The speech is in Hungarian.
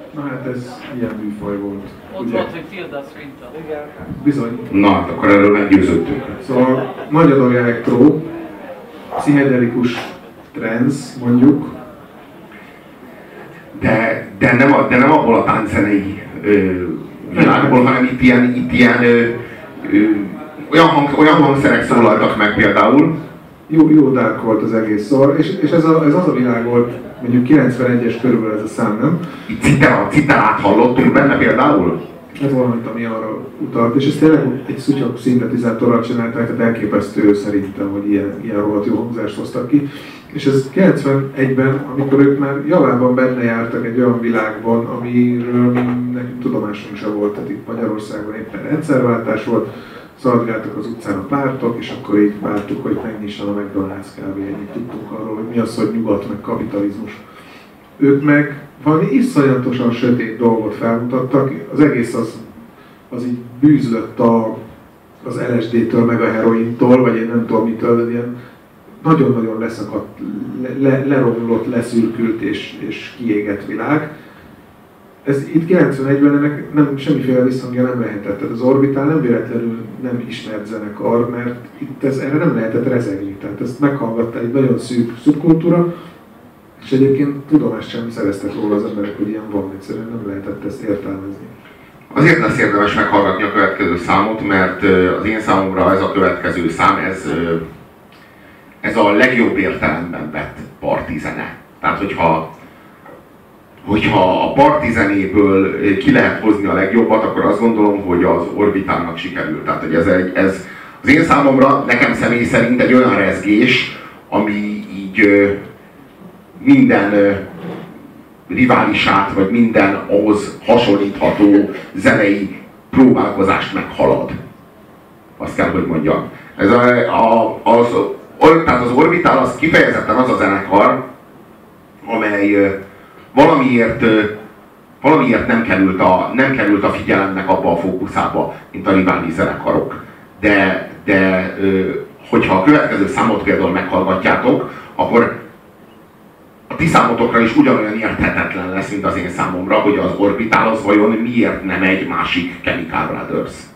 Na hát ez ilyen műfaj volt. Ott volt, hogy Tilda Swinton. Bizony. Na, akkor erről meggyőződtünk. Szóval nagy adag elektró, pszichedelikus trance mondjuk. De nem abból a tánczenei világból, hanem itt ilyen olyan hangszerek szólaltak meg például. Jó dark volt az egész szor, és ez az a világ volt, mondjuk 91-es körülbelül ez a szám, nem? Itt citerát hallottunk benne például? Ez valamit, ami arra utalt, és ez tényleg egy szutyok szintetizátorral csinálták, tehát elképesztő szerintem, hogy ilyen rohadt jó hangzást hoztak ki. És ez 91-ben, amikor ők már javában benne jártak egy olyan világban, amiről nekünk tudomásunk sem volt, tehát itt Magyarországon éppen rendszerváltás volt, szaladgáltak az utcán a pártok, és akkor így vártuk, hogy megnyisson a McDonald's kb. Ennyit tudtunk arról, hogy mi az, hogy nyugat, meg kapitalizmus. Ők meg valami iszonyatosan sötét dolgot felmutattak, az egész az így bűzlött az LSD-től, meg a herointól, vagy én nem tudom mitől, de ilyen nagyon-nagyon leszakadt, leromlott, leszürkült és kiégett világ. Ez itt 91-ben ennek nem, semmiféle visszhangja nem lehetett. Tehát az Orbitál nem véletlenül nem ismert zenekar, mert itt erre nem lehetett rezegni. Tehát ezt meghallgatta egy nagyon szűk szubkultúra, és egyébként tudomást sem szereztek róla az emberek, hogy ilyen van, egyszerűen nem lehetett ezt értelmezni. Azért lesz érdemes meghallgatni a következő számot, mert az én számomra ez a következő szám, ez a legjobb értelemben vett parti zene. Tehát hogyha a parti zenéből ki lehet hozni a legjobbat, akkor azt gondolom, hogy az Orbitálnak sikerült. Tehát, hogy ez az én számomra, nekem személy szerint egy olyan rezgés, ami így minden riválisát, vagy minden ahhoz hasonlítható zenei próbálkozást meghalad. Azt kell, hogy mondjam. Tehát az Orbitál az kifejezetten az a zenekar, amely valamiért nem került a figyelemnek abba a fókuszába, mint a rivális zenekarok. De hogyha a következő számot például meghallgatjátok, akkor a ti számotokra is ugyanolyan érthetetlen lesz, mint az én számomra, hogy az Orbitál az vajon miért nem egy másik Chemical Brothers.